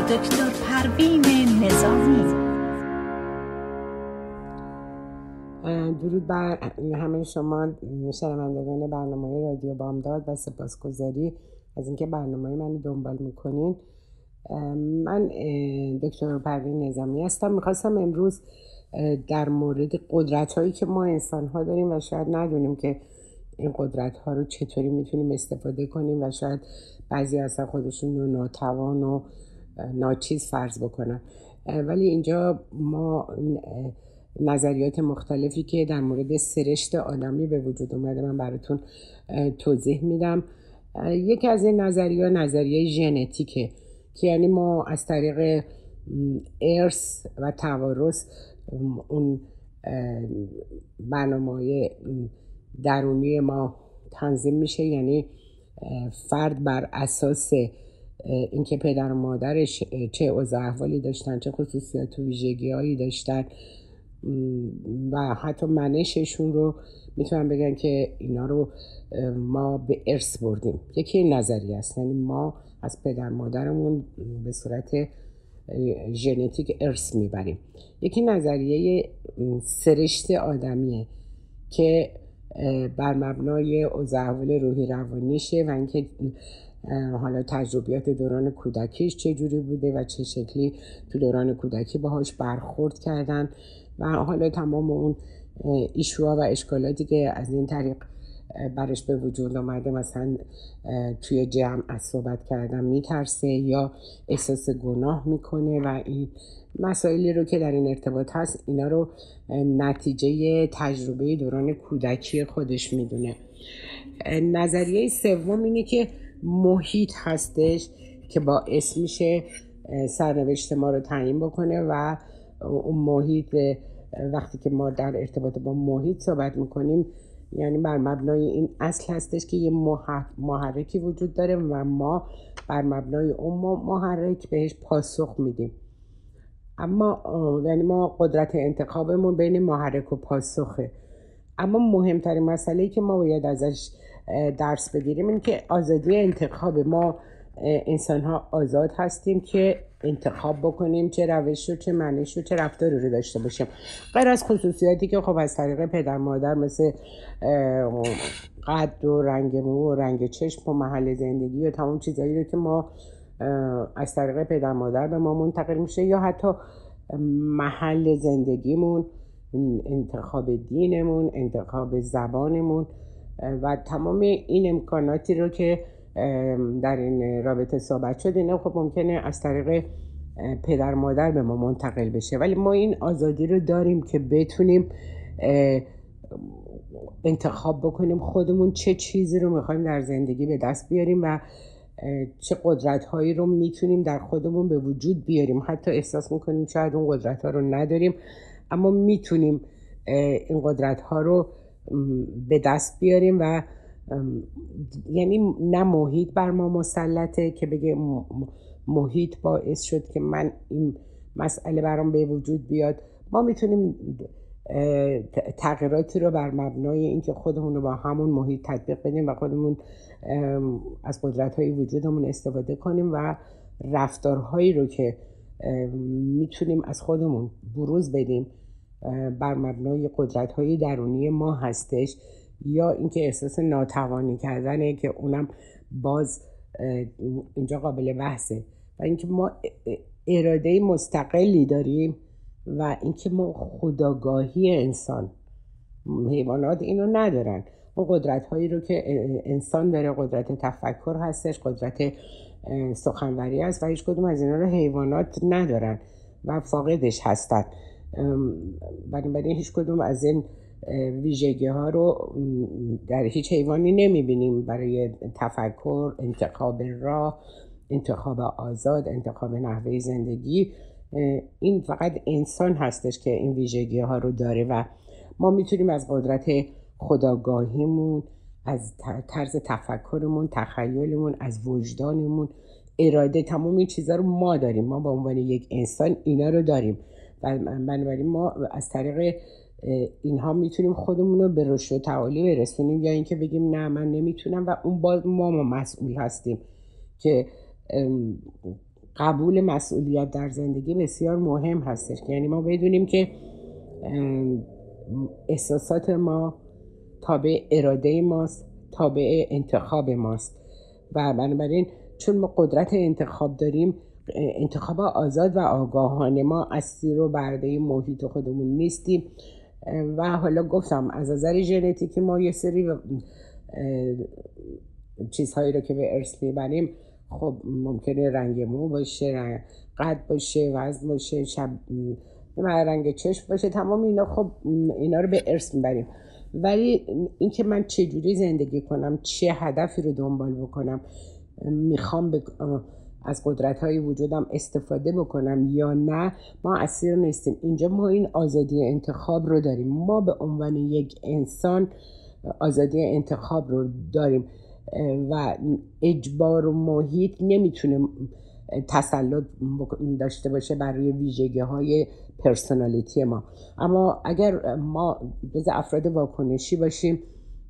دکتر پروین نظامی. درود بر همه شما شنوندگان برنامه رادیو بامداد و سپاسگزاری از اینکه برنامه منو دنبال میکنین. من دکتر پروین نظامی هستم. میخواستم امروز در مورد قدرت هایی که ما انسان ها داریم و شاید ندونیم که این قدرت ها رو چطوری میتونیم استفاده کنیم و شاید بعضی اصلا خودشون رو ناتوان و ناچیز فرض بکنن، ولی اینجا ما نظریات مختلفی که در مورد سرشت آدمی به وجود اومده من براتون توضیح میدم. یکی از این نظریه ژنتیکه که یعنی ما از طریق ارث و توارث اون برنامه‌های درونی ما تنظیم میشه، یعنی فرد بر اساس اینکه پدر و مادرش چه اوضاع احوالی داشتن، چه خصوصیات و ویژگی‌هایی داشتن و حتی منششون رو میتونن بگن که اینا رو ما به ارث بردیم. یکی این نظریه است، یعنی ما از پدر مادرمون به صورت ژنتیک ارث میبریم. یکی نظریه سرشت آدمیه که بر مبنای اوضاع احوال روحی روانیشه و اینکه حالا تجربیات دوران کودکیش چه جوری بوده و چه شکلی تو دوران کودکی باهاش برخورد کردن و حالا تمام اون ایشوها و اشکالاتی که از این طریق برش به وجود آمده، مثلا توی جمع از صحبت کردن میترسه یا احساس گناه میکنه و این مسائلی رو که در این ارتباط هست اینا رو نتیجه تجربه دوران کودکی خودش میدونه. نظریه سوم اینه که محیط هستش که باعث میشه سرنوشت ما رو تعیین بکنه و اون محیط وقتی که ما در ارتباط با محیط صحبت میکنیم یعنی بر مبنای این اصل هستش که یه محرکی وجود داره و ما بر مبنای اون محرک بهش پاسخ میدیم. اما یعنی ما قدرت انتخابمون بین محرک و پاسخه. اما مهمترین مسئله‌ای که ما باید ازش درس بگیریم این که آزادی انتخاب ما انسان ها آزاد هستیم که انتخاب بکنیم چه روش و چه منش و چه رفتاری رو داشته باشیم، غیر از خصوصیاتی که خب از طریق پدر مادر مثل قد و رنگ مو و رنگ چشم و محل زندگی و تمام چیزایی رو که ما از طریق پدر مادر به ما منتقل میشه یا حتی محل زندگیمون، انتخاب دینمون، انتخاب زبانمون و تمام این امکاناتی رو که در این رابطه صحبت شد اینا خب ممکنه از طریق پدر مادر به ما منتقل بشه، ولی ما این آزادی رو داریم که بتونیم انتخاب بکنیم خودمون چه چیزی رو میخوایم در زندگی به دست بیاریم و چه قدرت هایی رو میتونیم در خودمون به وجود بیاریم. حتی احساس میکنیم شاید اون قدرت ها رو نداریم اما میتونیم این قدرت ها رو به دست بیاریم و یعنی نه محیط بر ما مسلطه که بگه محیط باعث شد که من این مسئله برام به وجود بیاد. ما میتونیم تغییراتی رو بر مبنای اینکه خودمون رو با همون محیط تطبیق بدیم و خودمون از قدرت‌های وجودمون استفاده کنیم و رفتارهایی رو که میتونیم از خودمون بروز بدیم بر مبنای قدرت‌های درونی ما هستش، یا اینکه احساس ناتوانی کردنه که اونم باز اینجا قابل بحثه، و اینکه ما اراده مستقلی داریم و اینکه ما خودآگاهی انسان، حیوانات اینو ندارن. اون قدرت هایی رو که انسان داره، قدرت تفکر هستش، قدرت سخنوری هست و هیچ کدوم از اینا رو حیوانات ندارن و فاقدش هستن. بنابراین هیچ کدوم از این ویژگی ها رو در هیچ حیوانی نمیبینیم برای تفکر، انتخاب راه، انتخاب آزاد، انتخاب نحوه زندگی. این فقط انسان هستش که این ویژگی ها رو داره و ما میتونیم از قدرت خودآگاهیمون، از طرز تفکرمون، تخیلمون، از وجدانمون، اراده، تمام این چیزا رو ما داریم. ما به عنوان یک انسان اینا رو داریم و بنابراین ما از طریق اینها میتونیم خودمون رو به رشد و تعالی برسونیم، یا اینکه بگیم نه من نمیتونم و اون باز ما مسئول هستیم که قبول مسئولیت در زندگی بسیار مهم هستش. یعنی ما بدونیم که احساسات ما تابع اراده ماست، تابع انتخاب ماست و بنابراین چون ما قدرت انتخاب داریم، انتخاب آزاد و آگاهانه، ما اسیر و برده محیط خودمون نیستیم. و حالا گفتم از نظر ژنتیکی ما یه سری چیزهایی رو که به ارث میبریم، خب ممکنه رنگ مو باشه، قد باشه، وزن باشه، رنگ چشم باشه، تمام اینا خب اینا رو به ارث میبریم. ولی اینکه من چجوری زندگی کنم، چه هدفی رو دنبال بکنم، میخوام از قدرت‌های وجودم استفاده بکنم یا نه، ما اسیر نیستیم. اینجا ما این آزادی انتخاب رو داریم. ما به عنوان یک انسان آزادی انتخاب رو داریم و اجبار و محیط نمیتونه تسلط داشته باشه بر روی ویژگی‌های پرسونالیتی ما. اما اگر ما جز افراد واکنشی باشیم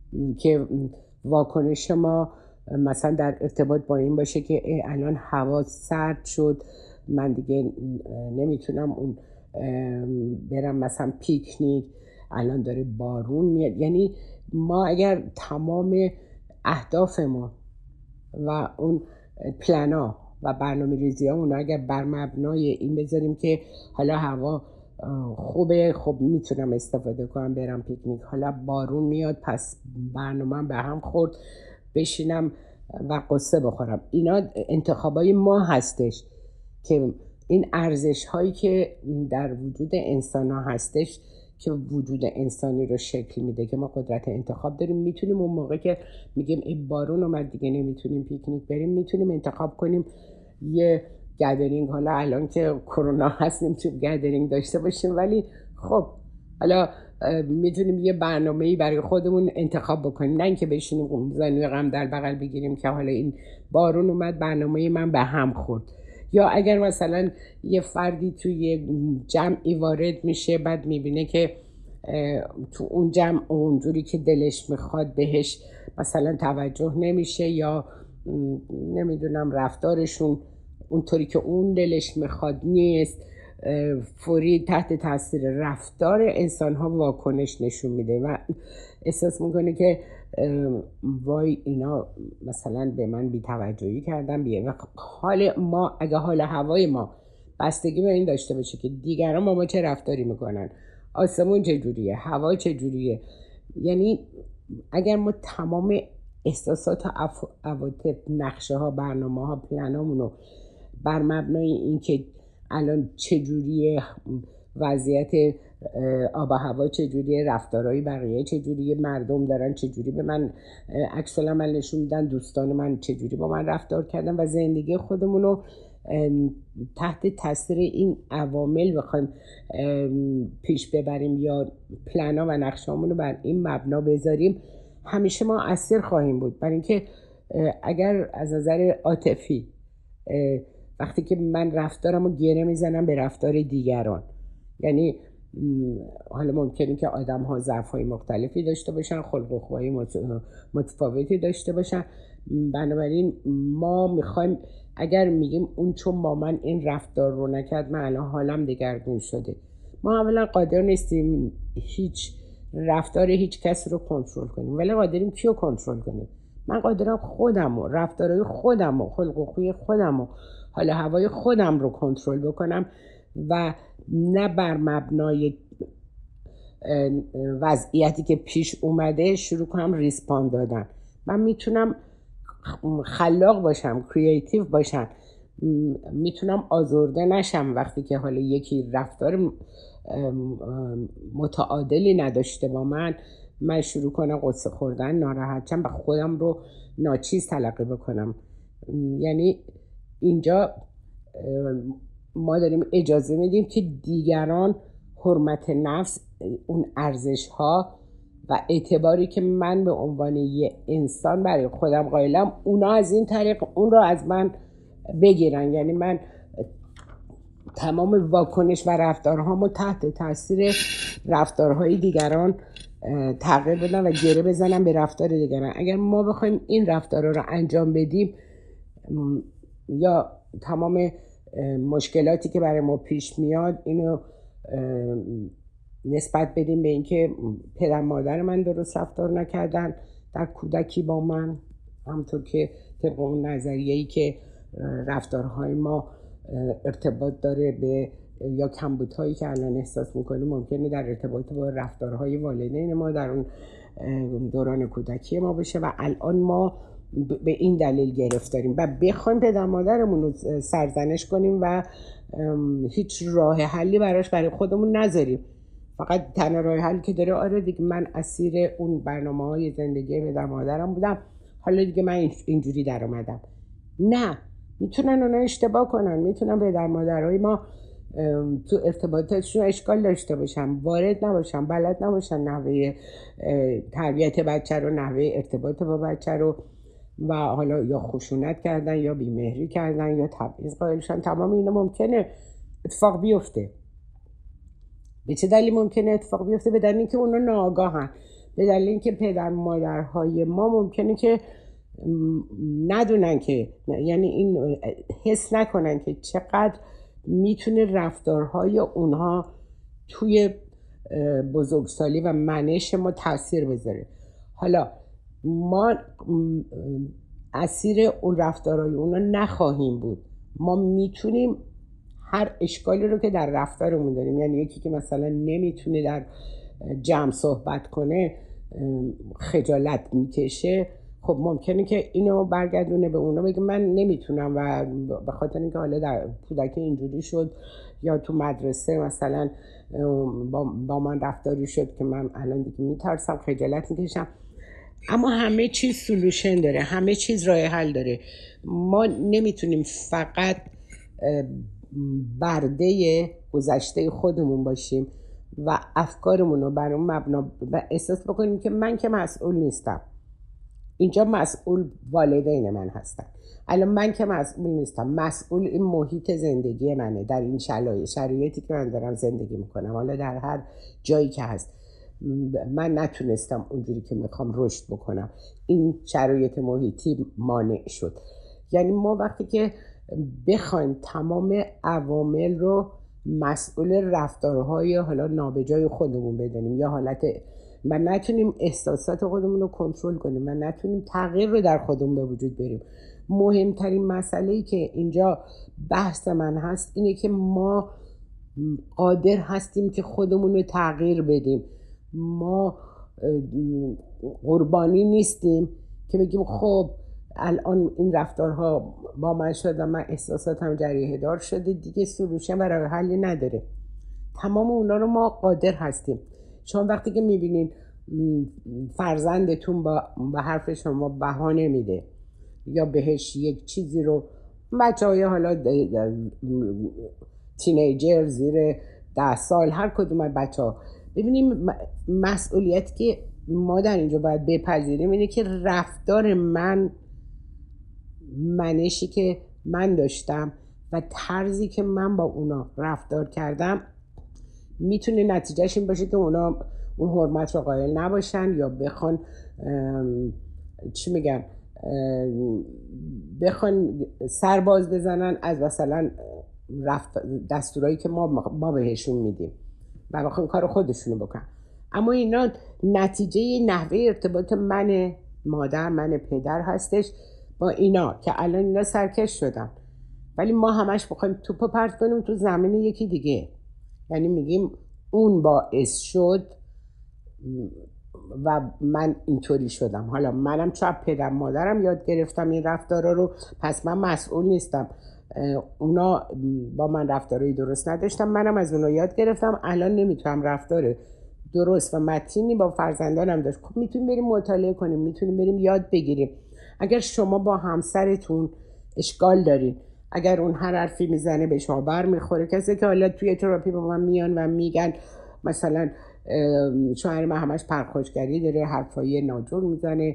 که واکنش ما مثلا در ارتباط با این باشه که الان هوا سرد شد، من دیگه نمیتونم اون برم مثلا پیکنیک، الان داره بارون میاد. یعنی ما اگر تمام اهداف ما و اون پلنا و برنامه ریزی ها اون اگر بر مبنای این بذاریم که حالا هوا خوبه، خب میتونم استفاده کنم برم پیکنیک، حالا بارون میاد پس برنامه‌ام به هم خورد بشینم و قصه بخورم. اینا انتخابای ما هستش که این ارزش هایی که در وجود انسان ها هستش که وجود انسانی رو شکل میده که ما قدرت انتخاب داریم. میتونیم اون موقع که میگیم این بارون اومد دیگه نمیتونیم پیکنیک بریم، میتونیم انتخاب کنیم یه گدرینگ، حالا الان که کرونا هست نمیتونیم گدرینگ داشته باشیم، ولی خب حالا میتونیم یه برنامه‌ای برای خودمون انتخاب بکنیم، نه اینکه بشینیم زانوی غم در بغل بگیریم که حالا این بارون اومد برنامه من به هم خورد. یا اگر مثلا یه فردی توی جمعی وارد میشه، بعد میبینه که تو اون جمع اونجوری که دلش میخواد بهش مثلا توجه نمیشه یا نمیدونم رفتارشون اونطوری که اون دلش میخواد نیست، فوری تحت تاثیر رفتار انسان ها واکنش نشون میده و احساس میکنه که وای اینا مثلا به من بی‌توجهی کردن و حال ما، اگه حال هوای ما بستگی به این داشته باشه که دیگران با ما چه رفتاری میکنن، آسمون چجوریه، هوا چجوریه، یعنی اگر ما تمام احساسات و عواطف، نقشه ها، برنامه ها، پلنامونو بر مبنای این که الان چجوریه وضعیت آب و هوا، چجوریه رفتارهای بقیه، چجوریه مردم دارن چجوری به من عکس العمل نشون میدن، دوستان من چجوری با من رفتار کردن و زندگی خودمون رو تحت تاثیر این عوامل بخوایم پیش ببریم یا پلنا و نقشه‌مون رو بر این مبنا بذاریم، همیشه ما اسیر خواهیم بود. برای اینکه اگر از نظر عاطفی وقتی که من رفتارم رو گره میزنم به رفتار دیگران، یعنی حالا ممکنه که آدم ها ضعف های مختلفی داشته باشن، خلق و خوی متفاوتی داشته باشن، بنابراین ما میخوایم اگر میگیم اون چون با من این رفتار رو نکرد من الان حالم دگرگون شده، ما اولا قادر نیستیم هیچ رفتار هیچ کس رو کنترل کنیم، ولی قادریم کیو کنترل کنیم؟ من قادرم خودم و رفتارهای خودم و خلق و خوی خودم و حالا هوای خودم رو کنترل بکنم و نه بر مبنای وضعیتی که پیش اومده شروع کنم ریسپاند دادن. من میتونم خلاق باشم، کریتیو باشم، میتونم آزرده نشم وقتی که حالا یکی رفتار متعادلی نداشته با من شروع کنم قصه خوردن، ناراحت شم و خودم رو ناچیز تلقی بکنم. یعنی اینجا ما داریم اجازه میدیم که دیگران حرمت نفس، اون ارزش ها و اعتباری که من به عنوان یه انسان برای خودم قائلم، اونا از این طریق اون رو از من بگیرن. یعنی من تمام واکنش و رفتارهامو تحت تاثیر رفتارهای دیگران تغییر بدم و گره بزنم به رفتار دیگران. اگر ما بخوایم این رفتارها رو انجام بدیم یا تمام مشکلاتی که برای ما پیش میاد اینو نسبت بدیم به اینکه پدر مادر من درست رفتار نکردن در کودکی با من، همطور که طبق اون نظریه‌ای که رفتارهای ما ارتباط داره به یا کمبودهایی که الان احساس میکنیم ممکنه در ارتباط با رفتارهای والدین ما در اون دوران کودکی ما بشه و الان ما به این دلیل گرفتاریم و بخوایم پدر مادرمون رو سرزنش کنیم و هیچ راه حلی براش برای خودمون نذاریم. فقط تنها راه حلی که داره آره دیگه من اسیر اون برنامه‌های زندگی پدر مادرم بودم، حالا دیگه من اینجوری در اومدم. نه، میتونن اونا اشتباه کنن، میتونن پدر مادرهای ما تو ارتباطاتشون اشکال داشته باشن، وارد نباشن، بلد نباشن نحوه تربیت بچه رو، نحوه ارتباط با بچه رو و حالا یا خشونت کردن یا بیمهری کردن یا تبعیض قائلشن. تمام اینا ممکنه اتفاق بیفته. به چه دلیل ممکنه اتفاق بیفته؟ به دلیل اینکه اونا ناآگاهن، به دلیل اینکه پدر مادرهای ما ممکنه که ندونن که، یعنی این حس نکنن که چقدر میتونه رفتارهای اونها توی بزرگسالی و منش ما تاثیر بذاره. حالا ما اسیر اون رفتارهای اونا نخواهیم بود، ما میتونیم هر اشکالی رو که در رفتارمون داریم، یعنی یکی که مثلا نمیتونه در جمع صحبت کنه، خجالت میکشه، خب ممکنه که اینو برگردونه به اونا بگه من نمیتونم و به خاطر اینکه حالا در کودکی اینجوری شد یا تو مدرسه مثلا با من رفتاری شد که من الان دیگه میترسم، خجالت میکشم. اما همه چیز سولوشن داره، همه چیز راه حل داره. ما نمیتونیم فقط برده گذشته خودمون باشیم و افکارمون رو بر اون مبنا و احساس بکنیم که من که مسئول نیستم، اینجا مسئول والدین من هستن، الان من که مسئول نیستم، مسئول این محیط زندگی منه، در این شرایطی که من دارم زندگی میکنم، حالا در هر جایی که هست من نتونستم اونجوری که میخوام رشد بکنم، این شرایط محیطی مانع شد. یعنی ما وقتی که بخوایم تمام عوامل رو مسئول رفتارهای حالا نابجای خودمون بدونیم یا حالت من نتونیم احساسات خودمون رو کنترل کنیم، من نتونیم تغییر رو در خودمون به وجود بریم. مهمترین مسئله‌ای که اینجا بحث من هست اینه که ما قادر هستیم که خودمون رو تغییر بدیم. ما قربانی نیستیم که بگیم خب الان این رفتارها با من شد و من احساساتم جریحه دار شده دیگه سلوشن برای حلی نداره. تمام اونا رو ما قادر هستیم. شما وقتی که میبینین فرزندتون با حرف شما بها نمیده یا بهش یک چیزی رو، بچه های حالا تینیجر زیر 10 سال هر کدوم بچه ها، ببینیم مسئولیتی که ما در اینجا باید بپذیریم اینه که رفتار من، منشی که من داشتم و طرزی که من با اونا رفتار کردم میتونه نتیجهش این باشه که اونا اون حرمت رو قائل نباشن یا بخوان چی میگم بخوان سرباز بزنن از مثلا دستورایی که ما بهشون میدیم و بخوان کار خودشونو بکنن. اما اینا نتیجه نحوه ارتباط من مادر، من پدر هستش با اینا که الان اینا سرکش شدن، ولی ما همش بخوایم توپو پرت کنیم تو زمین یکی دیگه. یعنی میگیم اون باعث شد و من اینطوری شدم، حالا منم چون پدر مادرم یاد گرفتم این رفتارا رو پس من مسئول نیستم. اونا با من رفتارای درست نداشتم، منم از اونا یاد گرفتم، الان نمیتونم رفتار درست و متینی با فرزندانم داشت. خب میتونیم بریم مطالعه کنیم، میتونیم بریم یاد بگیریم. اگر شما با همسرتون اشکال دارین، اگر اون هر حرفی میزنه به شما بر میخوره، کسی که حالا توی تراپی با من میان و میگن مثلا شوهر من همش پرخاشگری داره، حرفای ناجور میزنه،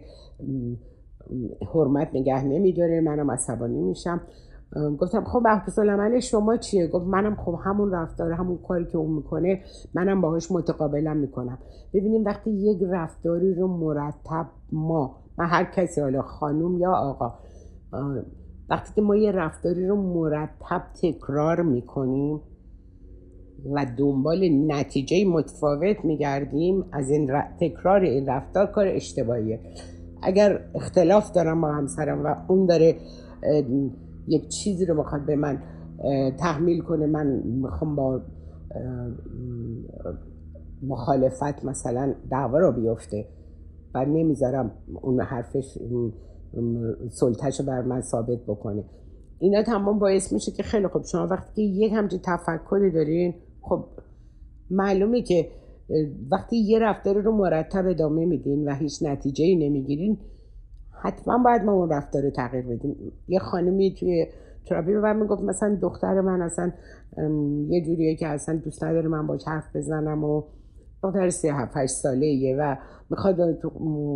حرمت نگه نمیداره، منم عصبانی میشم. گفتم خب بحث العمل شما چیه؟ گفت منم خب همون رفتار، همون کاری که اون میکنه منم باهاش متقابلم میکنم. ببینیم وقتی یک رفتاری رو مرتب ما هر کسی، حالا خانوم یا آقا، وقتی که ما یه رفتاری رو مرتب تکرار میکنیم و دنبال نتیجه متفاوت میگردیم، از این تکرار این رفتار کار اشتباهیه. اگر اختلاف دارم با همسرم و اون داره یک چیزی رو بخواد به من تحمیل کنه، من میخوام با مخالفت مثلا دعوا رو بیفته و نمیذارم اون حرفش سلطه‌ش رو بر من ثابت بکنه، اینا تمام باعث میشه که خیلی خوب شما وقتی که یک همچین تفکری دارین، خب معلومه که وقتی یه رفتار رو مرتب ادامه میدین و هیچ نتیجه‌ای نمیگیرین، حتما باید ما اون رفتار رو تغییر بدیم. یه خانمی توی تراپی به من میگفت مثلا دختر من اصلا یه جوریه که اصلا دوست نداره من باهاش حرف بزنم و دختر 37-8 ساله‌ایه و میخواد تو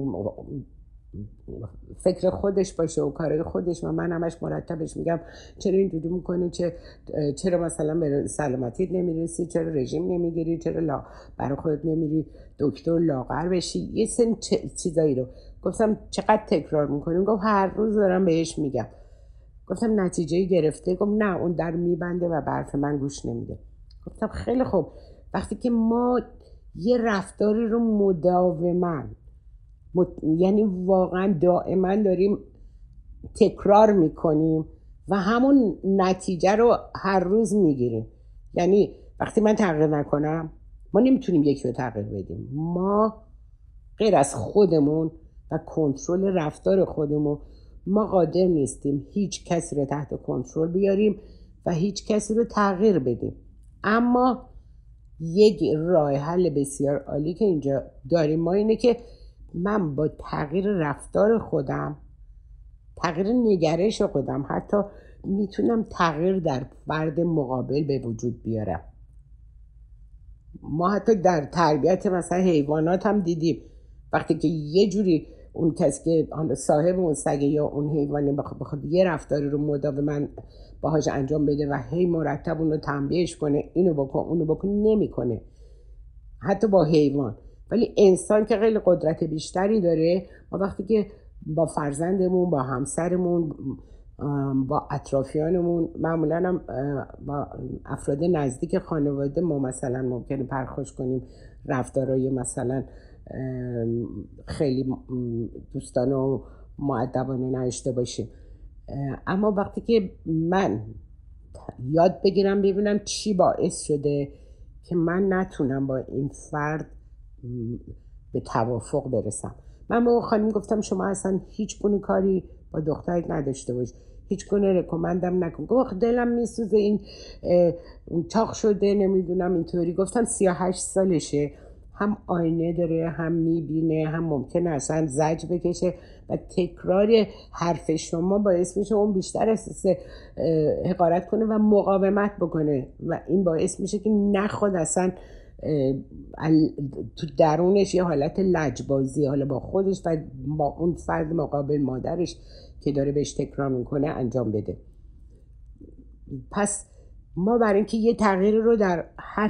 فکر خودش باشه و کارهای خودش و من همش مرتبش میگم چرا اینجوری میکنی، چرا مثلا به سلامتیت نمیرسی، چرا رژیم نمیگیری، چرا برای خودت نمیری دکتر لاغر بشی، یه سن چیزایی رو گفتم چقدر تکرار میکنیم. گفت هر روز دارم بهش میگم. گفتم نتیجه گرفته؟ گفت نه، اون در میبنده و برف من گوش نمیده. گفتم خیلی خوب، وقتی که ما یه رفتاری رو مداوما یعنی واقعا دائما داریم تکرار میکنیم و همون نتیجه رو هر روز میگیریم، یعنی وقتی من تغییر نکنم ما نمیتونیم یکی رو تغییر بدیم. ما غیر از خودمون و کنترل رفتار خودمون ما قادر نیستیم هیچ کسی رو تحت کنترل بیاریم و هیچ کسی رو تغییر بدیم. اما یک راه حل بسیار عالی که اینجا داریم ما اینه که من با تغییر رفتار خودم، تغییر نگرش خودم، حتی میتونم تغییر در فرد مقابل به وجود بیارم. ما حتی در تربیت مثلا حیوانات هم دیدیم وقتی که یه جوری اون کسی که صاحب اون سگه یا اون حیوانه بخواد یه رفتاری رو مداوما باهاش انجام بده و هی مرتب اون رو تنبیهش کنه اینو بکن اونو بکن، نمیکنه حتی با حیوان. ولی انسان که خیلی قدرت بیشتری داره، ما وقتی که با فرزندمون، با همسرمون، با اطرافیانمون، معمولا هم با افراد نزدیک خانواده ما مثلا ممکنه پرخوش کنیم رفتارهای مثلا خیلی دوستانه و مؤدبانه نداشته باشیم. اما وقتی که من یاد بگیرم ببینم چی باعث شده که من نتونم با این فرد به توافق برسم. من به اون خانم گفتم شما اصلا هیچ گونه کاری با دخترت نداشته باش، هیچ گونه رکومندم نکن. گفت دلم میسوزه، این چاق شده، نمیدونم اینطوری. گفتم 38 سالشه، هم آینه داره، هم میبینه، هم ممکنه اصلا زج بکشه و تکرار حرف شما باعث میشه اون بیشتر احساس حقارت کنه و مقاومت بکنه و این باعث میشه که نخواد اصلا تو درونش یه حالت لجبازی حالا با خودش و با اون فرد مقابل، مادرش که داره بهش تکرار میکنه، انجام بده. پس ما برای اینکه یه تغییر رو در هر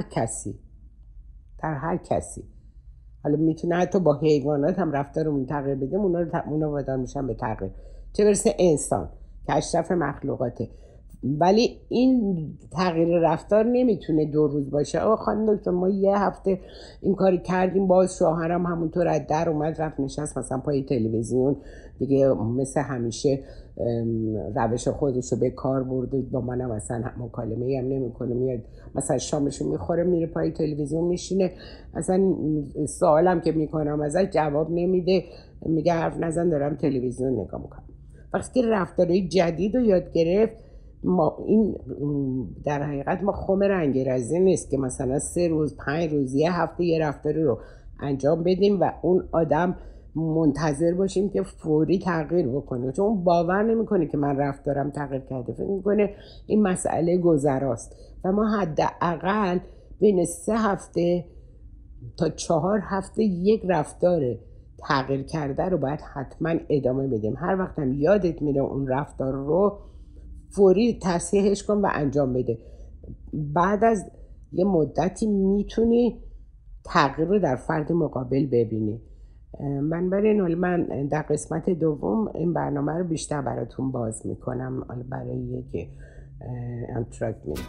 کسی حالا میتونه حتی با حیوانات هم رفتارمون تغییر بدیم، اونا وادار میشن به تغییر، چه برسه انسان که اشرف مخلوقاته. ولی این تغییر رفتار نمیتونه 2 روز باشه. خانم دکتر ما یه هفته این کاری کردیم، باز شوهرم همونطور از در اومد رفت نشست مثلا پای تلویزیون دیگه، مثل همیشه روش خودش رو به کار برده، با منم مثلا مکالمه‌ای هم نمیکنه، میاد مثلا شامشو میخوره میره پای تلویزیون میشینه، اصلا سوالم که میکنم ازش جواب نمیده، میگه حرف نزن دارم تلویزیون نگاه میکنم. وقتی که رفتارهای جدید رو یاد گرفت، ما این در حقیقت ما خم رنگرزی نیست که مثلا 3 روز 5 روز یه هفته یه رفتاری رو انجام بدیم و اون آدم منتظر باشیم که فوری تغییر بکنه، چون اون باور نمیکنه که من رفتارم تغییر کرده، فکر میکنه این مسئله گذراست. و ما حداقل بین 3 هفته تا 4 هفته یک رفتار تغییر کرده رو باید حتما ادامه بدیم. هر وقت هم یادت میره اون رفتار رو فوری تصحیحش کن و انجام بده. بعد از یه مدتی میتونی تغییر رو در فرد مقابل ببینی. بنابراین من در قسمت دوم این برنامه رو بیشتر براتون باز میکنم برای یک انتراکت.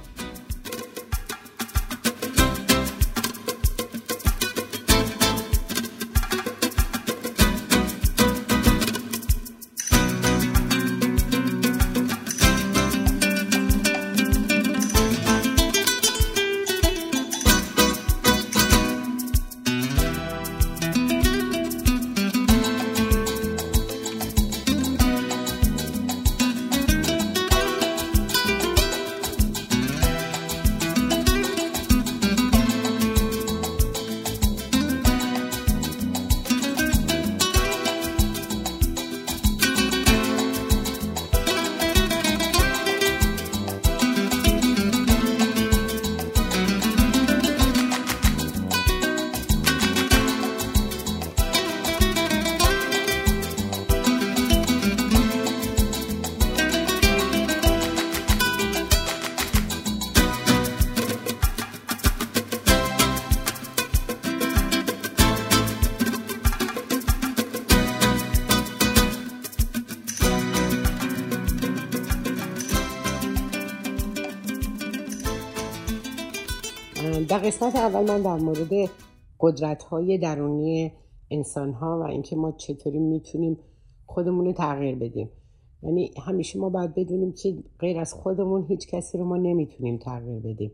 در قسمت اول من در مورد قدرت‌های درونی انسان‌ها و اینکه ما چطوری میتونیم خودمون رو تغییر بدیم. یعنی همیشه ما باید بدونیم که غیر از خودمون هیچ کسی رو ما نمیتونیم تغییر بدیم،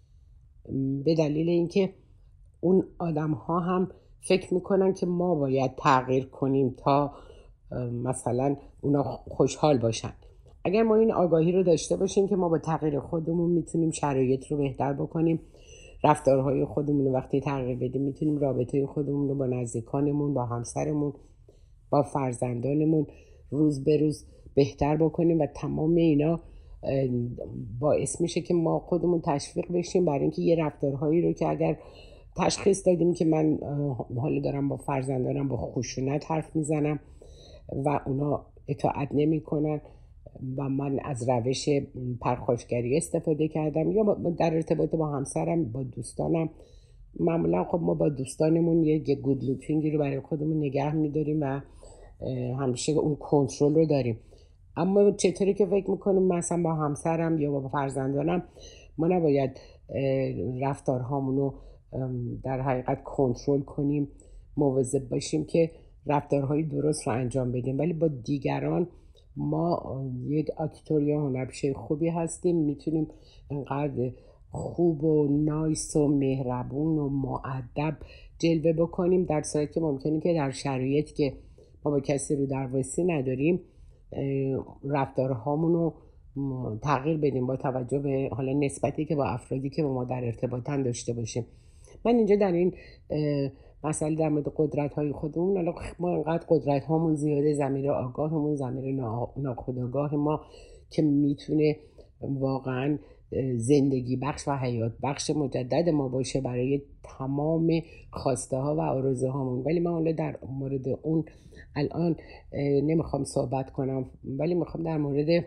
به دلیل اینکه اون آدم‌ها هم فکر میکنن که ما باید تغییر کنیم تا مثلا اونا خوشحال باشن. اگر ما این آگاهی رو داشته باشیم که ما با تغییر خودمون میتونیم شرایط رو بهتر بکنیم، رفتارهای خودمون رو وقتی تغییر بدیم میتونیم رابطه خودمون رو با نزدیکانمون، با همسرمون، با فرزندانمون روز به روز بهتر بکنیم و تمام اینا باعث میشه که ما خودمون تشویق بشیم برای اینکه یه رفتارهایی رو که اگر تشخیص دادیم که من حالا دارم با فرزندانم با خشونت حرف میزنم و اونا اطاعت نمیکنن و من از روش پرخاشگری استفاده کردم، یا در ارتباط با همسرم، با دوستانم. معمولا خب ما با دوستانمون یه گود لوکینگی رو برای خودمون نگه میداریم و همیشه اون کنترل رو داریم. اما چطوری که فکر میکنیم مثلا با همسرم یا با فرزندانم ما نباید رفتارهامون رو در حقیقت کنترل کنیم، مواظب باشیم که رفتارهای درست رو انجام بدیم، ولی با دیگران ما یک اکتور یا هنرپیشه خوبی هستیم، میتونیم انقدر خوب و نایس و مهربون و مؤدب جلوه بکنیم، در صورتی که ممکنه که در شرایطی که ما با کسی رو درواسی نداریم رفتارهامون رو تغییر بدیم با توجه به حالا نسبتی که با افرادی که با ما در ارتباطن داشته باشیم. من اینجا در این مسئله در مورد قدرت های خودمون، حالا ما انقدر قدرت هامون زیاده، ضمیر آگاهمون، ضمیر ناخودآگاه ما که میتونه واقعا زندگی بخش و حیات بخش مجدد ما باشه برای تمام خواسته ها و آرزوهامون. ولی من حالا در مورد اون الان نمیخوام صحبت کنم، ولی میخوام در مورد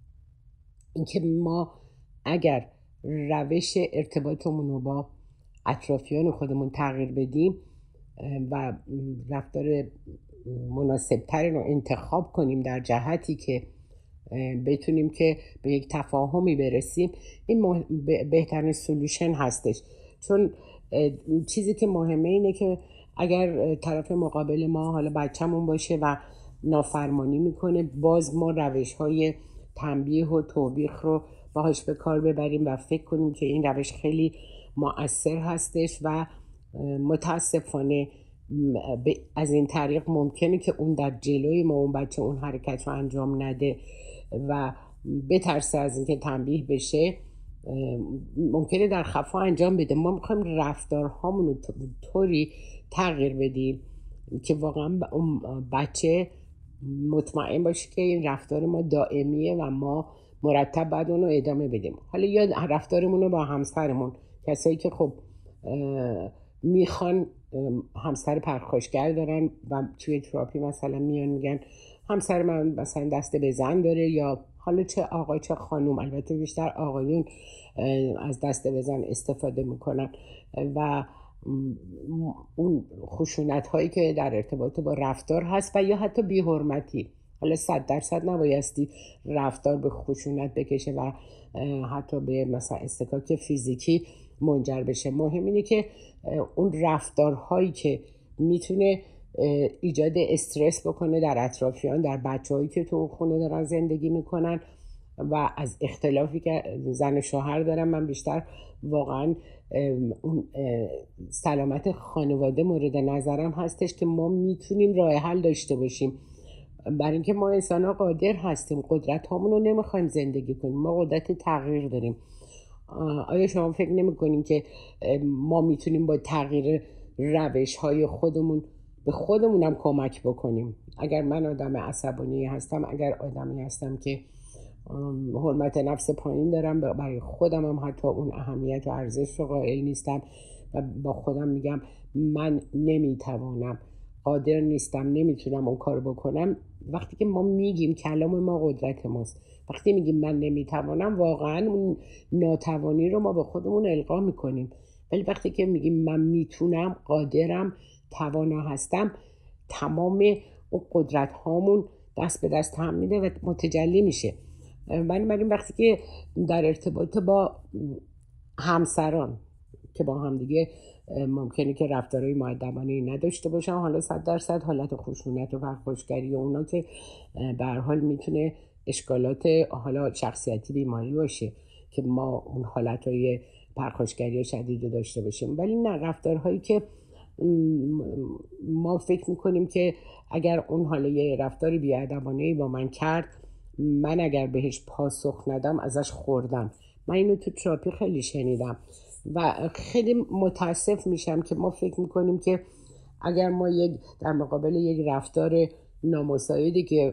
اینکه ما اگر روش ارتباطمون رو با اطرافیان خودمون تغییر بدیم و رفتار مناسبتری رو انتخاب کنیم در جهتی که بتونیم که به یک تفاهمی برسیم، این بهترین سولوشن هستش. چون چیزی که مهمه اینه که اگر طرف مقابل ما حالا بچه‌مون باشه و نافرمانی میکنه، باز ما روش‌های تنبیه و توبیخ رو باهاش به کار ببریم و فکر کنیم که این روش خیلی مؤثر هستش و متاسفانه از این طریق ممکنه که اون در جلوی ما اون بچه اون حرکت رو انجام نده و بترسه از اینکه تنبیه بشه، ممکنه در خفا انجام بده. ما میخوایم رفتارهامون رو طوری تغییر بدیم که واقعا اون بچه مطمئن باشه که این رفتار ما دائمیه و ما مرتب باید اون رو ادامه بدیم. حالا یا رفتارمون رو با همسرمون، کسایی که خب میخوان همسر پرخاشگر دارن و توی تراپی مثلا میان میگن همسر من مثلا دست به زن داره، یا حالا چه آقای چه خانوم، البته بیشتر آقایون از دست به زن استفاده میکنن و اون خشونت هایی که در ارتباط با رفتار هست و یا حتی بی‌حرمتی. حالا 100% نبایستی رفتار به خشونت بکشه و حتی به مثلا استکاک فیزیکی منجر بشه. مهم اینه که اون رفتارهایی که میتونه ایجاد استرس بکنه در اطرافیان، در بچه‌هایی که تو اون خونه دارن زندگی میکنن و از اختلافی که زن و شوهر دارن، من بیشتر واقعا اون سلامت خانواده مورد نظرم هستش که ما میتونیم راه حل داشته باشیم. برای اینکه ما انسان ها قادر هستیم، قدرت هامون رو نمیخوایم زندگی کنیم، ما قدرت تغییر داریم. آیا شما فکر نمی کنیم که ما میتونیم با تغییر روش های خودمون به خودمونم کمک بکنیم؟ اگر من آدم عصبانی هستم، اگر آدمی هستم که حرمت نفس پایین دارم، برای خودم هم حتی اون اهمیت و ارزش رو قائل نیستم و با خودم میگم من نمیتوانم، قادر نیستم، نمیتونم اون کار بکنم. وقتی که ما میگیم کلام ما قدرت ماست، وقتی میگیم من نمیتوانم، واقعا اون ناتوانی رو ما به خودمون القا میکنیم. ولی وقتی که میگیم من میتونم، قادرم، توانا هستم، تمام اون قدرت هامون دست به دست هم میده و متجلی میشه. بنابراین وقتی که در ارتباط با همسران که با هم دیگه ممکنه که رفتارهای مؤدبانه نداشته باشن، حالا 100% حالت خشونت و پرخاشگری و اونا که به هر حال میتونه اشکالات حالا شخصیتی بیماری باشه که ما اون حالتهای پرخاشگری شدید رو داشته باشیم. ولی نه، رفتارهایی که ما فکر میکنیم که اگر اون حالا یه رفتار بی‌ادبانه‌ای با من کرد، من اگر بهش پاسخ ندم ازش خوردم. من اینو تو تراپی خیلی شنیدم و خیلی متاسف میشم که ما فکر میکنیم که اگر ما در مقابل یک رفتار نامساعدی که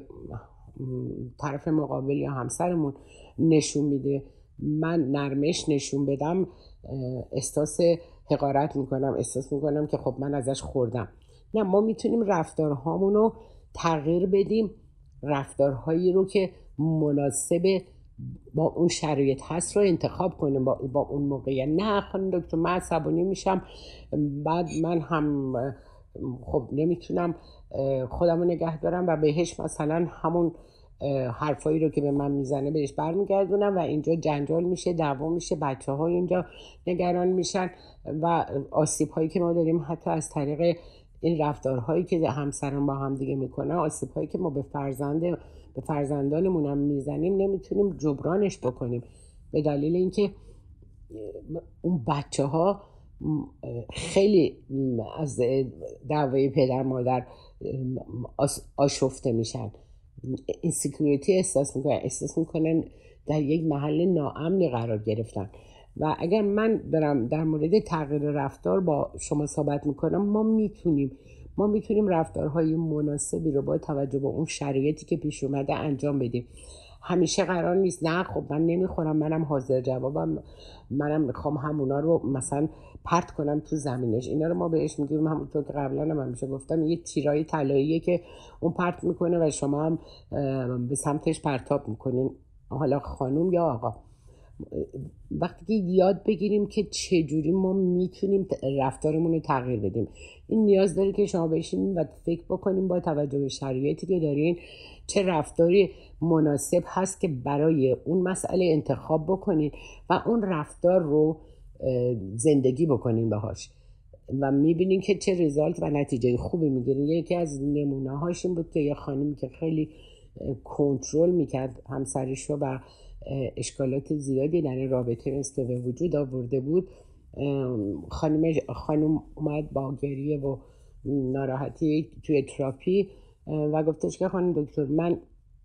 طرف مقابل یا همسرمون نشون میده، من نرمش نشون بدم، احساس حقارت میکنم، احساس میکنم که خب من ازش خوردم. نه، ما میتونیم رفتارهامون رو تغییر بدیم، رفتارهایی رو که مناسب با اون شرایط هست رو انتخاب کنیم با اون موقعیت. نه خانم دکتر من عصبانی میشم، بعد من هم خب نمیتونم خودم رو نگه دارم و بهش مثلا همون حرفایی رو که به من میزنه بهش برمیگردونم و اینجا جنجال میشه، دعوا میشه، بچه های اینجا نگران میشن و آسیب هایی که ما داریم حتی از طریق این رفتارهایی که همسران با هم دیگه میکنن، آسیب هایی که ما به فرزندانمون هم میزنیم، نمیتونیم جبرانش بکنیم به دلیل اینکه اون بچه ها خیلی از دعوای پدر مادر آشفته میشن، اینسیکیوریتی احساس میکنن در یک محل ناامنی قرار گرفتن. و اگر من برم در مورد تغییر رفتار با شما صحبت میکنم، ما میتونیم رفتارهای مناسبی رو با توجه به اون شرایطی که پیش اومده انجام بدیم. همیشه قرار نیست نه خب من نمیخورم، منم حاضر جوابم، منم میخوام همونا رو مثلا پرت کنم تو زمینش. اینا رو ما بهش میگیم، همونطور که قبلا من همیشه گفتم، یه تیرای طلاییه که اون پرت میکنه و شما هم به سمتش پرتاب میکنین، حالا خانم یا آقا. وقتی که یاد بگیریم که چجوری ما میتونیم رفتارمون رو تغییر بدیم، این نیاز داره که شما بشینید و فکر بکنیم با توجه به شرایطی که دارین چه رفتاری مناسب هست که برای اون مسئله انتخاب بکنین و اون رفتار رو زندگی بکنین باهاش و میبینین که چه ریزالت و نتیجه خوبی میگیرین. یکی از نمونه هاش این بود که یه خانمی که خیلی کنترل میکرد همسرش رو و اشکالات زیادی در رابطه به وجود آورده بود، خانم اومد با گریه و ناراحتی توی تراپی و گفتش که خانم دکتر من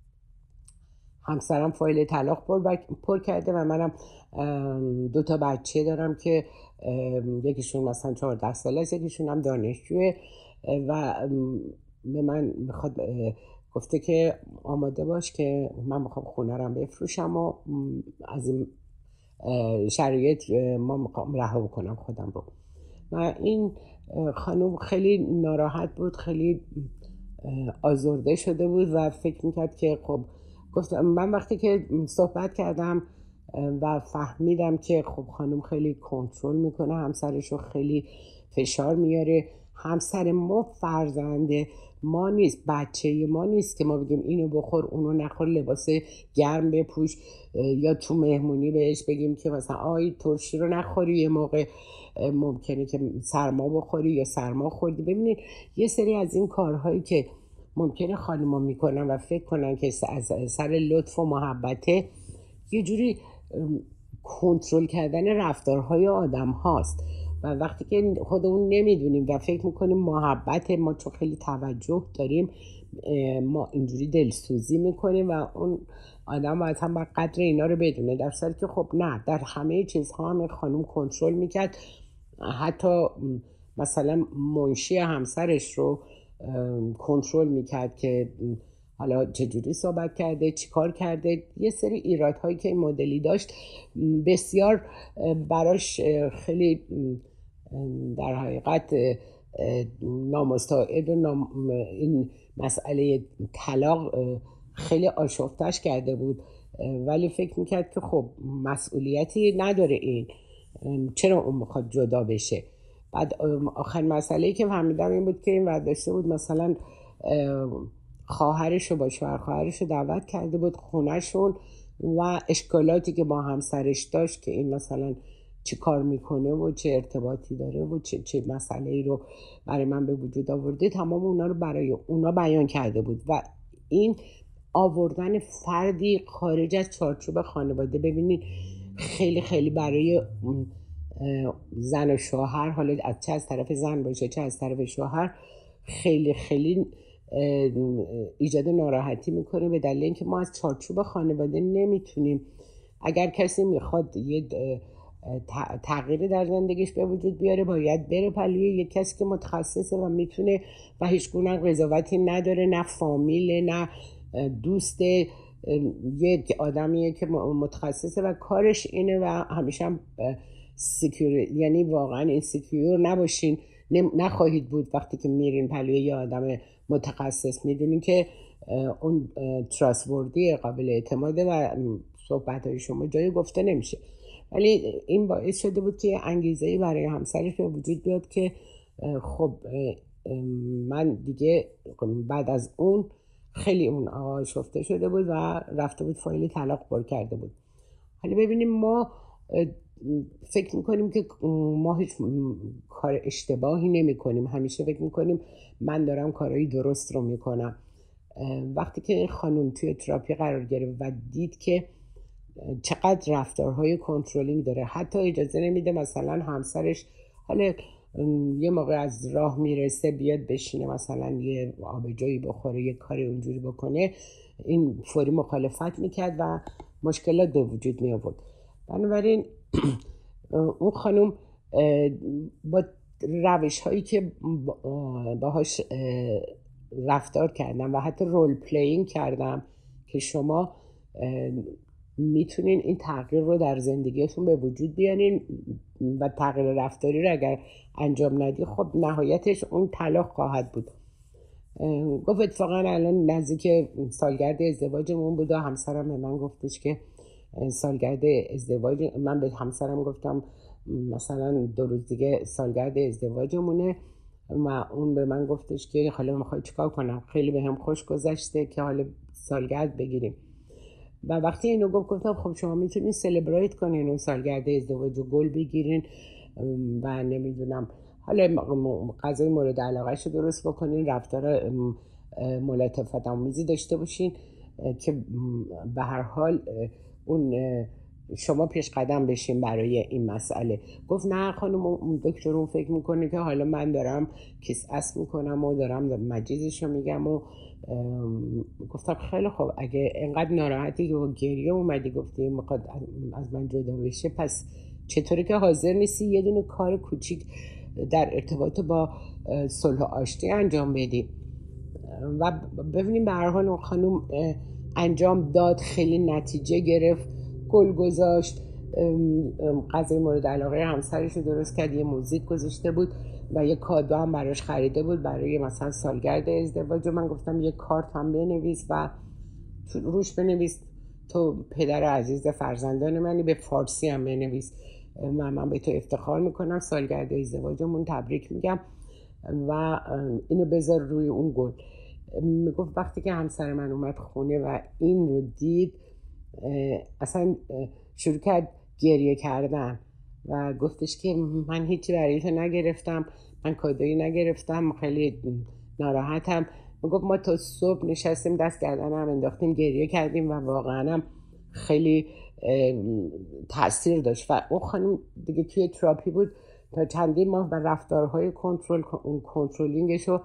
همسرم فایل طلاق پر کرده و منم 2 بچه دارم که یکیشون مثلا 14 ساله است، یکیشون هم دانشجوه و به من میخواد، گفته که آماده باش که من میخوام خونه رو بفروشم و از این شرایط ما میخوام رها بکنم خودم رو. و این خانم خیلی ناراحت بود، خیلی آزرده شده بود و فکر میکرد که خب، گفت من وقتی که صحبت کردم و فهمیدم که خب خانم خیلی کنترل میکنه همسرش رو، خیلی فشار میاره. همسر ما فرزند ما نیست، بچه ما نیست که ما بگیم اینو بخور اونو نخور، لباس گرم بپوش، یا تو مهمونی بهش بگیم که مثلا آی ترشی رو نخوری، یه موقع ممکنه که سرما بخوری یا سرما خوردی. ببینید یه سری از این کارهایی که ممکنه خانم‌ها میکنن و فکر کنن که از سر لطف و محبته، یه جوری کنترل کردن رفتارهای آدم هاست. و وقتی که خودمون نمیدونیم و فکر میکنیم محبت، ما چون خیلی توجه داریم ما اینجوری دلسوزی میکنیم و اون آدم باید هم قدر اینا رو بدونه، در صورتی که خب نه، در همه چیزها هم خانم کنترل میکرد. حتی مثلا منشی همسرش رو کنترل میکرد که حالا چجوری صحبت کرده، چی کار کرده. یه سری ایرادهایی که این مدلی داشت بسیار براش خیلی در حقیقت نامستعد و این مسئله طلاق خیلی آشفتش کرده بود، ولی فکر میکرد که خب مسئولیتی نداره این، چرا اون میخواد جدا بشه. بعد آخرین مسئله‌ای که فهمیدم این بود که این ورداشته بود مثلا خواهرش رو با شوهر خواهرش رو دعوت کرده بود خونهشون و اشکالاتی که با همسرش داشت که این مثلا چی کار میکنه و چه ارتباطی داره و چه مسئله‌ای رو برای من به وجود آورده، تمام اونا رو برای اونا بیان کرده بود. و این آوردن فردی خارج از چارچوب خانواده، ببینید خیلی خیلی برای زن و شوهر، حالا چه از طرف زن باشه چه از طرف شوهر، خیلی خیلی ایجاد ناراحتی میکنه، به دلیل اینکه ما از چارچوب خانواده نمیتونیم. اگر کسی میخواد یه تغییری در زندگیش به وجود بیاره، باید بره پلوی یک کسی که متخصصه و میتونه و هیچ گونه قضاوتی نداره، نه فامیل نه دوست، یک آدمیه که متخصصه و کارش اینه و همیشه هم یعنی واقعا این سکیور نباشین، نخواهید بود وقتی که میرین پلوی یه آدم متخصص. میدونین که اون تراستوردی، قابل اعتماده و صحبت‌های شما جای گفته نمیشه. ولی این باعث شده بود که انگیزه‌ای برای همسرش به وجود بیاد که خب من دیگه بعد از اون خیلی اون آقا شفته شده بود و رفته بود فایل طلاق پر کرده بود. حالا ببینیم ما فکر میکنیم که ما هیچ کار اشتباهی نمی کنیم، همیشه فکر میکنیم من دارم کارهای درست رو میکنم. وقتی که خانم توی تراپی قرار گرفت و دید که چقدر رفتارهای کنترلینگ داره، حتی اجازه نمیده مثلا همسرش حالا یه موقع از راه میرسه بیاد بشینه مثلا یه آبجویی بخوره، یه کاری اونجوری بکنه، این فوری مخالفت میکرد و مشکلات به وجود می آورد. بنابراین اون خانم با روش هایی که باهاش رفتار کردم و حتی رول پلیینگ کردم که شما میتونین این تغییر رو در زندگیتون به وجود بیارین و تغییر رفتاری رو اگر انجام ندی خب نهایتش اون طلاق خواهد بود. گفت اتفاقا الان نزدیک سالگرد ازدواجمون بود و همسرم به من گفتش که سالگرد ازدواج، من به همسرم گفتم مثلا 2 روز دیگه سالگرد ازدواجمونه و اون به من گفتش که حالا میخوای چیکار کنم، خیلی بهم خوش گذشته که حالا سالگرد بگیریم. و وقتی اینو گفتم خب شما میتونین سلبریت کنین اون سالگرد ازدواج و گل بگیرین و نمیدونم حالا غذای مورد علاقه‌اش رو درست بکنین، رفتار ملاطفت آمیزی داشته باشین که به هر حال اون شما پیش قدم بشین برای این مسئله. گفت نه خانم دکتر اون فکر میکنه که حالا من دارم کیس اس میکنم و دارم مجیزشو میگم و گفتم خیلی خوب اگه اینقدر ناراحتی و گریه اومدی گفتی میخواد از من جدا بشه، پس چطوری که حاضر نیستی یه دونه کار کوچیک در ارتباط با صلح و آشتی انجام بدی؟ و ببینیم به هر حال اون خانم انجام داد، خیلی نتیجه گرفت، گل گذاشت، غذای مورد علاقه همسرش رو درست کرد، یه موزیک گذاشته بود و یه کادو هم براش خریده بود برای مثلا سالگرد ازدواج. من گفتم یه کارت هم بنویس و روش بنویس تو پدر عزیز فرزندان منی، به فارسی هم بنویس من به تو افتخار میکنم، سالگرد ازدواجمون تبریک میگم و اینو بذار روی اون گل. میگفت وقتی که همسر من اومد خونه و این رو دید اصلا شروع کرد گریه کردن و گفتش که من هیچی برای تو نگرفتم، من کادویی نگرفتم، خیلی ناراحتم. میگفت ما تا صبح نشستیم دست گردن هم انداختیم گریه کردیم و واقعا هم خیلی تاثیر داشت و اون خانم دیگه توی تراپی بود تا چندین ماه و رفتارهای کنترلینگش رو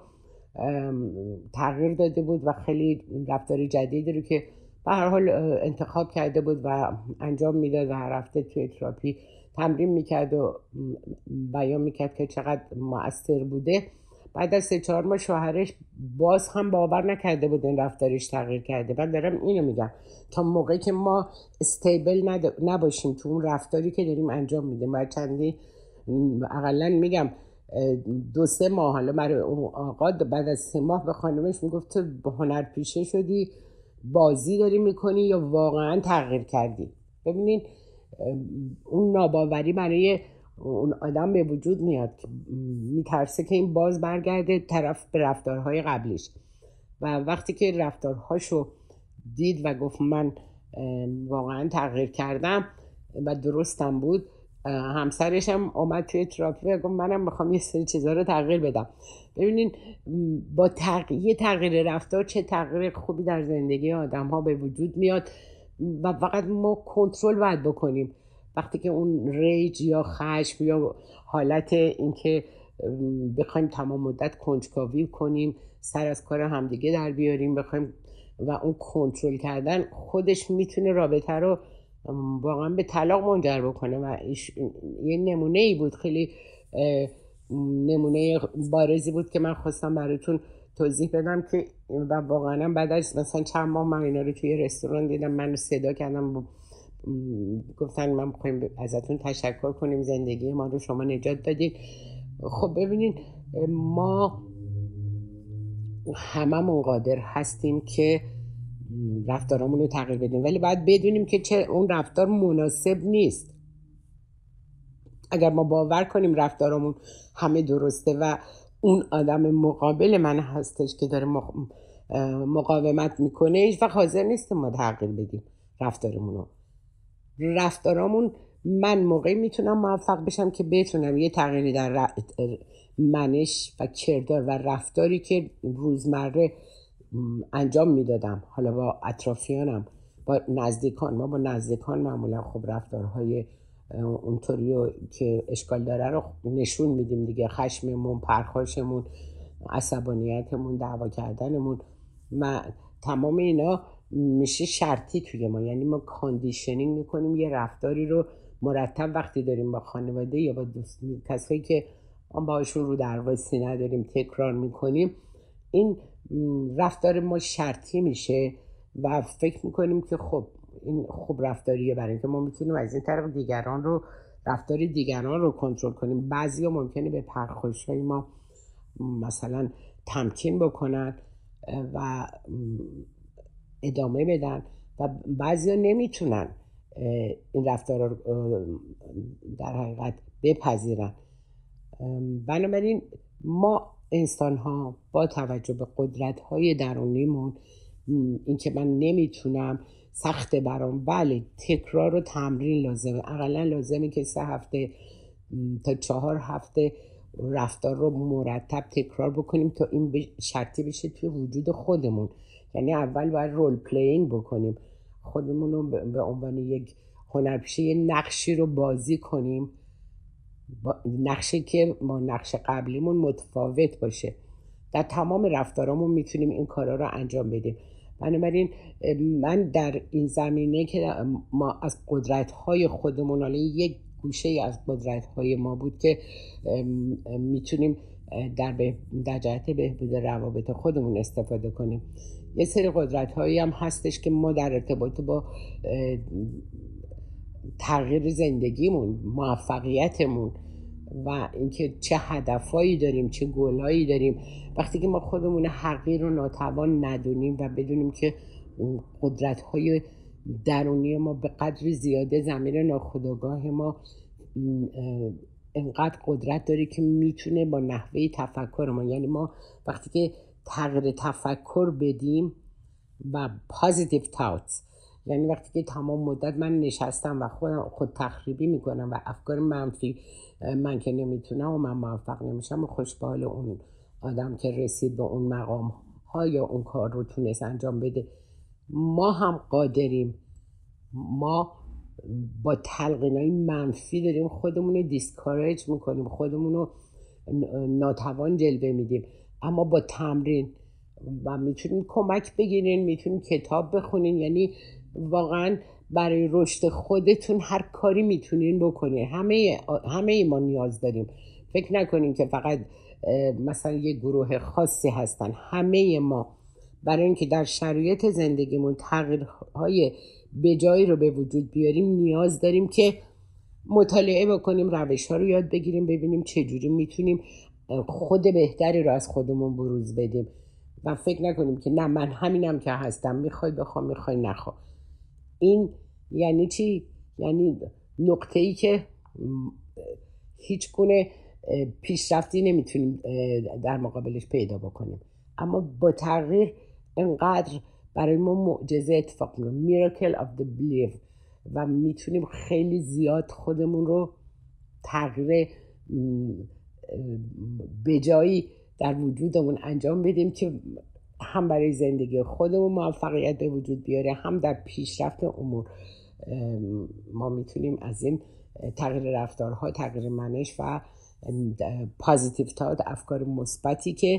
تغییر داده بود و خیلی رفتار جدیدی رو که به هر حال انتخاب کرده بود و انجام میداد و هر هفته توی تراپی تمرین میکرد و بیان میکرد که چقدر مؤثر بوده. بعد از 3-4 ماه شوهرش باز هم باور نکرده بود این رفتارش تغییر کرده. من دارم اینو میگم تا موقعی که ما استیبل نباشیم تو اون رفتاری که داریم انجام میدیم، باید چندی اقلا میگم 2-3 ماه، حالا برای اون آقا بعد از 3 ماه به خانمش میگفت تو هنرپیشه شدی، بازی داری میکنی یا واقعا تغییر کردی. ببینین اون ناباوری برای اون آدم به وجود میاد که میترسه که این باز برگرده طرف به رفتارهای قبلیش و وقتی که رفتارهاشو دید و گفت من واقعا تغییر کردم و درستم بود، همسرش هم اومد توی تراپی و گفت منم میخوام یه سری چیزا رو تغییر بدم. ببینین با تغییر رفتار چه تغییر خوبی در زندگی آدم ها به وجود میاد و فقط ما کنترل باید بکنیم. وقتی که اون ریج یا خشم یا حالت اینکه بخوایم تمام مدت کنجکاوی کنیم، سر از کار همدیگه در بیاریم بخوایم و اون کنترل کردن خودش میتونه رابطه رو واقعا به طلاق منجر بکنه و یه نمونه ای بود، خیلی نمونه بارزی بود که من خواستم براتون توضیح بدم که و واقعا بعد از مثلا چند ماه من اینا رو توی رستوران دیدم، منو صدا کردم گفتن من می‌خوایم ازتون تشکر کنیم، زندگی ما رو شما نجات دادید. خب ببینین ما هممون قادر هستیم که رفتارمون رو تغییر بدیم، ولی باید بدونیم که چه اون رفتار مناسب نیست. اگر ما باور کنیم رفتارمون همه درسته و اون آدم مقابل من هستش که داره مقاومت میکنه، هیچ وقت حاضر نیستیم ما تغییر بدیم رفتارمون. رفتارامون من موقعی میتونم موفق بشم که بتونم یه تغییری در منش و کردار و رفتاری که روزمره انجام میدادم، حالا با اطرافیانم، با نزدیکان، ما با نزدیکان معمولا خب رفتارهای اونطوری که اشکال داره رو نشون میدیم دیگه، خشممون، پرخاشمون، عصبانیتمون، دعوا کردنمون و تمام اینا میشه شرطی توی ما. یعنی ما کاندیشنینگ میکنیم یه رفتاری رو مرتب وقتی داریم با خانواده یا با دوستان، کسایی که ما باشون رو درواسی نداریم، تکرار میکنیم، این رفتار ما شرطی میشه و فکر میکنیم که خب این خوب رفتاریه، برای اینکه ما میتونیم از این طرف دیگران رو رفتار دیگران رو کنترل کنیم. بعضیا ممکنه به پرخاش‌های ما مثلا تمکین بکنن و ادامه بدن و بعضیا نمیتونن این رفتار رو در حقیقت بپذیرن. بنابراین ما انسان ها با توجه به قدرت های درونیمون، این که من نمیتونم، سخته برام، بله تکرار و تمرین لازمه، اقلا لازمه که 3 هفته تا 4 هفته رفتار رو مرتب تکرار بکنیم تا این شرطی بشه توی وجود خودمون. یعنی اول باید رول پلیینگ بکنیم، خودمون رو به عنوان یک هنرپیشه یه نقشی رو بازی کنیم، نقشی که با نقش قبلیمون متفاوت باشه. در تمام رفتارامون میتونیم این کارا رو انجام بدیم. بنابراین من در این زمینه که ما از قدرت‌های خودمون، حالا یک گوشه از قدرت‌های ما بود که میتونیم در جهت بهبود روابط خودمون استفاده کنیم. یه سری قدرت‌هایی هم هستش که ما در ارتباط با تغییر زندگیمون، موفقیتمون و اینکه چه هدفایی داریم، چه گلایی داریم، وقتی که ما خودمون حقیر و ناتوان ندونیم و بدونیم که قدرت‌های درونی ما به قدری زیاده زمین ناخودآگاه ما انقدر قدرت داره که میتونه با نحوه تفکر ما، یعنی ما وقتی که تغییر تفکر بدیم و positive thoughts، یعنی وقتی که تمام مدت من نشستم و خود تخریبی میکنم و افکار منفی، من که نمیتونم و من موفق نمیشم و خوش به حال اون آدم که رسید به اون مقام ها یا اون کار رو تونست انجام بده، ما هم قادریم. ما با تلقینای منفی داریم خودمون رو دیسکارج میکنیم، خودمون رو ناتوان جلوه میدیم. اما با تمرین و میتونین کمک بگیرین، میتونین کتاب بخونین، یعنی واقعا برای رشد خودتون هر کاری میتونین بکنین. همه ما نیاز داریم. فکر نکنین که فقط مثلا یه گروه خاصی هستن. همه ما برای اینکه در شرایط زندگیمون تغییرهای بجایی رو به وجود بیاریم نیاز داریم که مطالعه بکنیم، روش‌ها رو یاد بگیریم، ببینیم چجوری میتونیم خود بهتری رو از خودمون بروز بدیم و فکر نکنیم که نه من همینم که هستم، میخوای بخوام میخوای نخوا. این یعنی چی؟ یعنی نقطه‌ای که هیچ گونه پیشرفتی نمیتونیم در مقابلش پیدا بکنیم. اما با تغییر انقدر برای ما معجزه اتفاق میفته، miracle of the belief، و میتونیم خیلی زیاد خودمون رو تغییر بجایی در وجودمون انجام بدیم که هم برای زندگی خودمون موفقیت به وجود بیاره، هم در پیشرفت امور. ما میتونیم از این تغییر رفتارها، تغییر منش و پازیتیو تات، افکار مثبتی که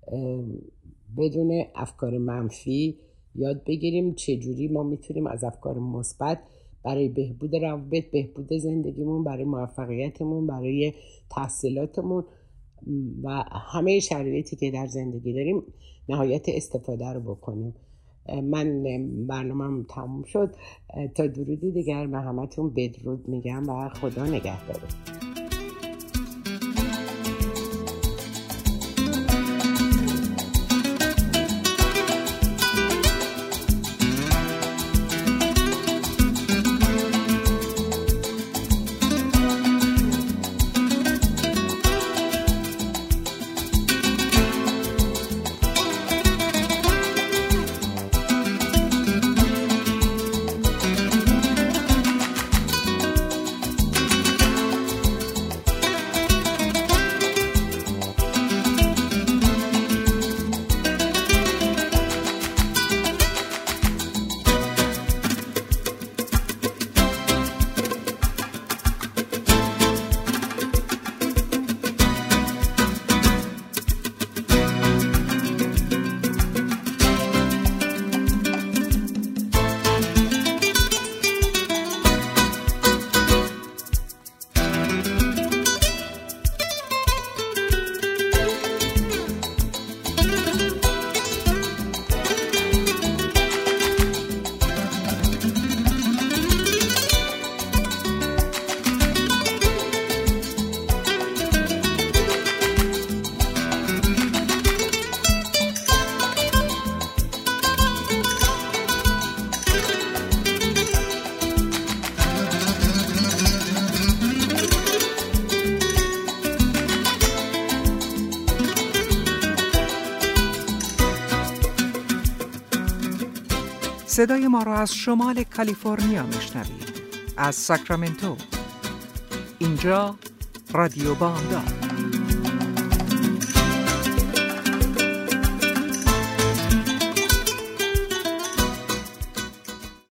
بدون افکار منفی یاد بگیریم چجوری ما میتونیم از افکار مثبت برای بهبود روابط، بهبود زندگیمون، برای موفقیتمون، برای تحصیلاتمون و همه شرایطی که در زندگی داریم نهایت استفاده رو بکنیم. من برنامه‌ام تموم شد. تا درودی دیگر به همتون بدرود میگم و خدا نگهدار. صدای ما را از شمال کالیفرنیا میشنوید، از ساکرامنتو. اینجا رادیو بامداد.